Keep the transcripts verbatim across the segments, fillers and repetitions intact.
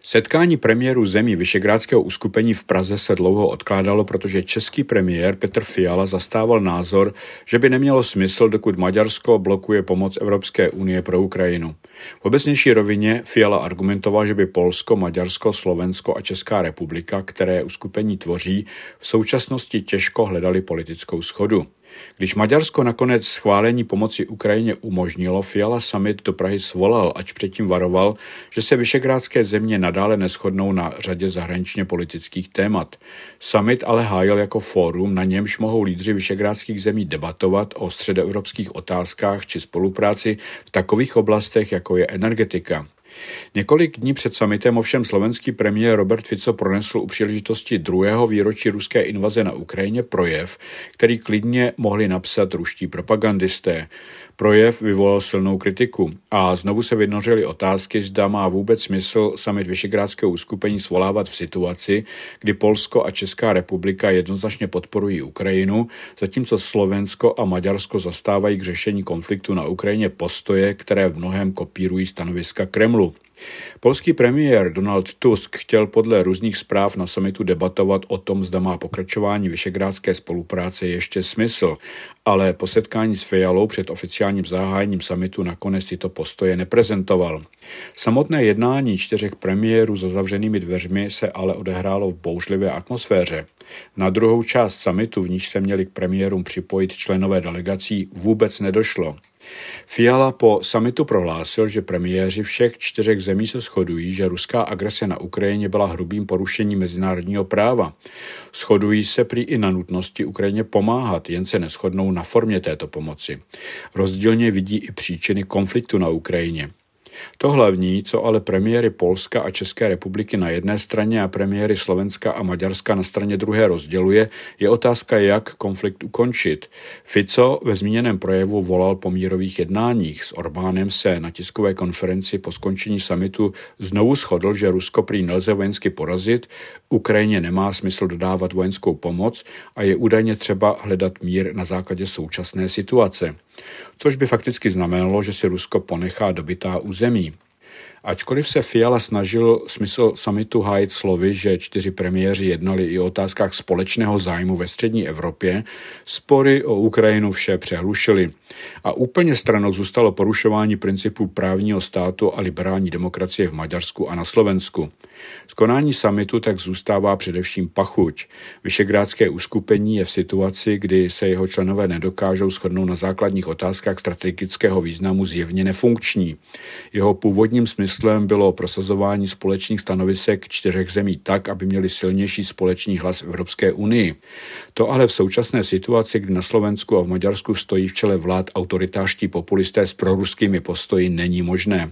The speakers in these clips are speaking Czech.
Setkání premiérů zemí Visegrádského uskupení v Praze se dlouho odkládalo, protože český premiér Petr Fiala zastával názor, že by nemělo smysl, dokud Maďarsko blokuje pomoc Evropské unie pro Ukrajinu. V obecnější rovině Fiala argumentoval, že by Polsko, Maďarsko, Slovensko a Česká republika, které uskupení tvoří, v současnosti těžko hledali politickou shodu. Když Maďarsko nakonec schválení pomoci Ukrajině umožnilo, Fiala summit do Prahy svolal, ač předtím varoval, že se visegrádské země nadále neshodnou na řadě zahraničně politických témat. Summit ale hájil jako fórum, na němž mohou lídři visegrádských zemí debatovat o středoevropských otázkách či spolupráci v takových oblastech, jako je energetika. Několik dní před summitem ovšem slovenský premiér Robert Fico pronesl u příležitosti druhého výročí ruské invaze na Ukrajině projev, který klidně mohli napsat ruští propagandisté. Projev vyvolal silnou kritiku a znovu se vynořily otázky, zda má vůbec smysl summit Visegrádského uskupení svolávat v situaci, kdy Polsko a Česká republika jednoznačně podporují Ukrajinu, zatímco Slovensko a Maďarsko zastávají k řešení konfliktu na Ukrajině postoje, které v mnohém kopírují stanoviska Kremlu. Polský premiér Donald Tusk chtěl podle různých zpráv na summitu debatovat o tom, zda má pokračování visegrádské spolupráce ještě smysl, ale po setkání s Fialou před oficiálním zahájením summitu nakonec tyto postoje neprezentoval. Samotné jednání čtyřech premiérů za zavřenými dveřmi se ale odehrálo v bouřlivé atmosféře. Na druhou část summitu, v níž se měli k premiérům připojit členové delegací, vůbec nedošlo. Fiala po summitu prohlásil, že premiéři všech čtyřech zemí se shodují, že ruská agrese na Ukrajině byla hrubým porušením mezinárodního práva. Shodují se prý i na nutnosti Ukrajině pomáhat, jen se neshodnou na formě této pomoci. Rozdílně vidí i příčiny konfliktu na Ukrajině. To hlavní, co ale premiéry Polska a České republiky na jedné straně a premiéry Slovenska a Maďarska na straně druhé rozděluje, je otázka, jak konflikt ukončit. Fico ve zmíněném projevu volal po mírových jednáních. S Orbánem se na tiskové konferenci po skončení summitu znovu shodl, že Rusko prý nelze vojensky porazit, Ukrajině nemá smysl dodávat vojenskou pomoc a je údajně třeba hledat mír na základě současné situace. Což by fakticky znamenalo, že si Rusko ponechá dobytá území. Ačkoliv se Fiala snažil smysl summitu hájit slovy, že čtyři premiéři jednali i o otázkách společného zájmu ve střední Evropě, spory o Ukrajinu vše přehlušily. A úplně stranou zůstalo porušování principů právního státu a liberální demokracie v Maďarsku a na Slovensku. Z konání summitu tak zůstává především pachuť. Visegrádské uskupení je v situaci, kdy se jeho členové nedokážou shodnout na základních otázkách strategického významu, zjevně nefunkční. Jeho původním smyslem bylo prosazování společných stanovisek čtyřech zemí tak, aby měli silnější společný hlas v Evropské unii. To ale v současné situaci, kdy na Slovensku a v Maďarsku stojí v čele vlád autoritářští populisté s proruskými postoji, není možné.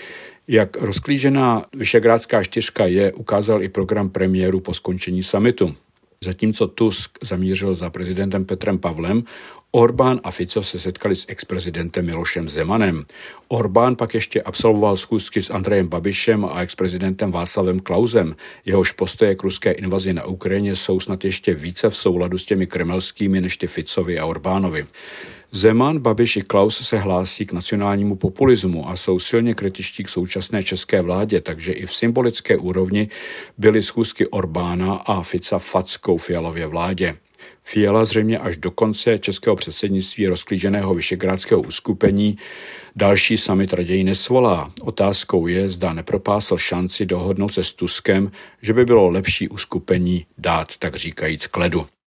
Jak rozklížená visegrádská čtyřka je, ukázal i program premiéru po skončení summitu. Zatímco Tusk zamířil za prezidentem Petrem Pavlem, Orbán a Fico se setkali s exprezidentem Milošem Zemanem. Orbán pak ještě absolvoval schůzky s Andrejem Babišem a exprezidentem Václavem Klausem. Jehož postoje k ruské invazi na Ukrajině jsou snad ještě více v souladu s těmi kremelskými než ty Ficovi a Orbánovi. Zeman, Babiš i Klaus se hlásí k nacionálnímu populismu a jsou silně kritičtí k současné české vládě, takže i v symbolické úrovni byly schůzky Orbána a Fica fackou Fialově vládě. Fiala zřejmě až do konce českého předsednictví rozklíženého visegrádského uskupení další summit raději nesvolá. Otázkou je, zda nepropásl šanci dohodnout se s Tuskem, že by bylo lepší uskupení dát tak říkajíc k ledu.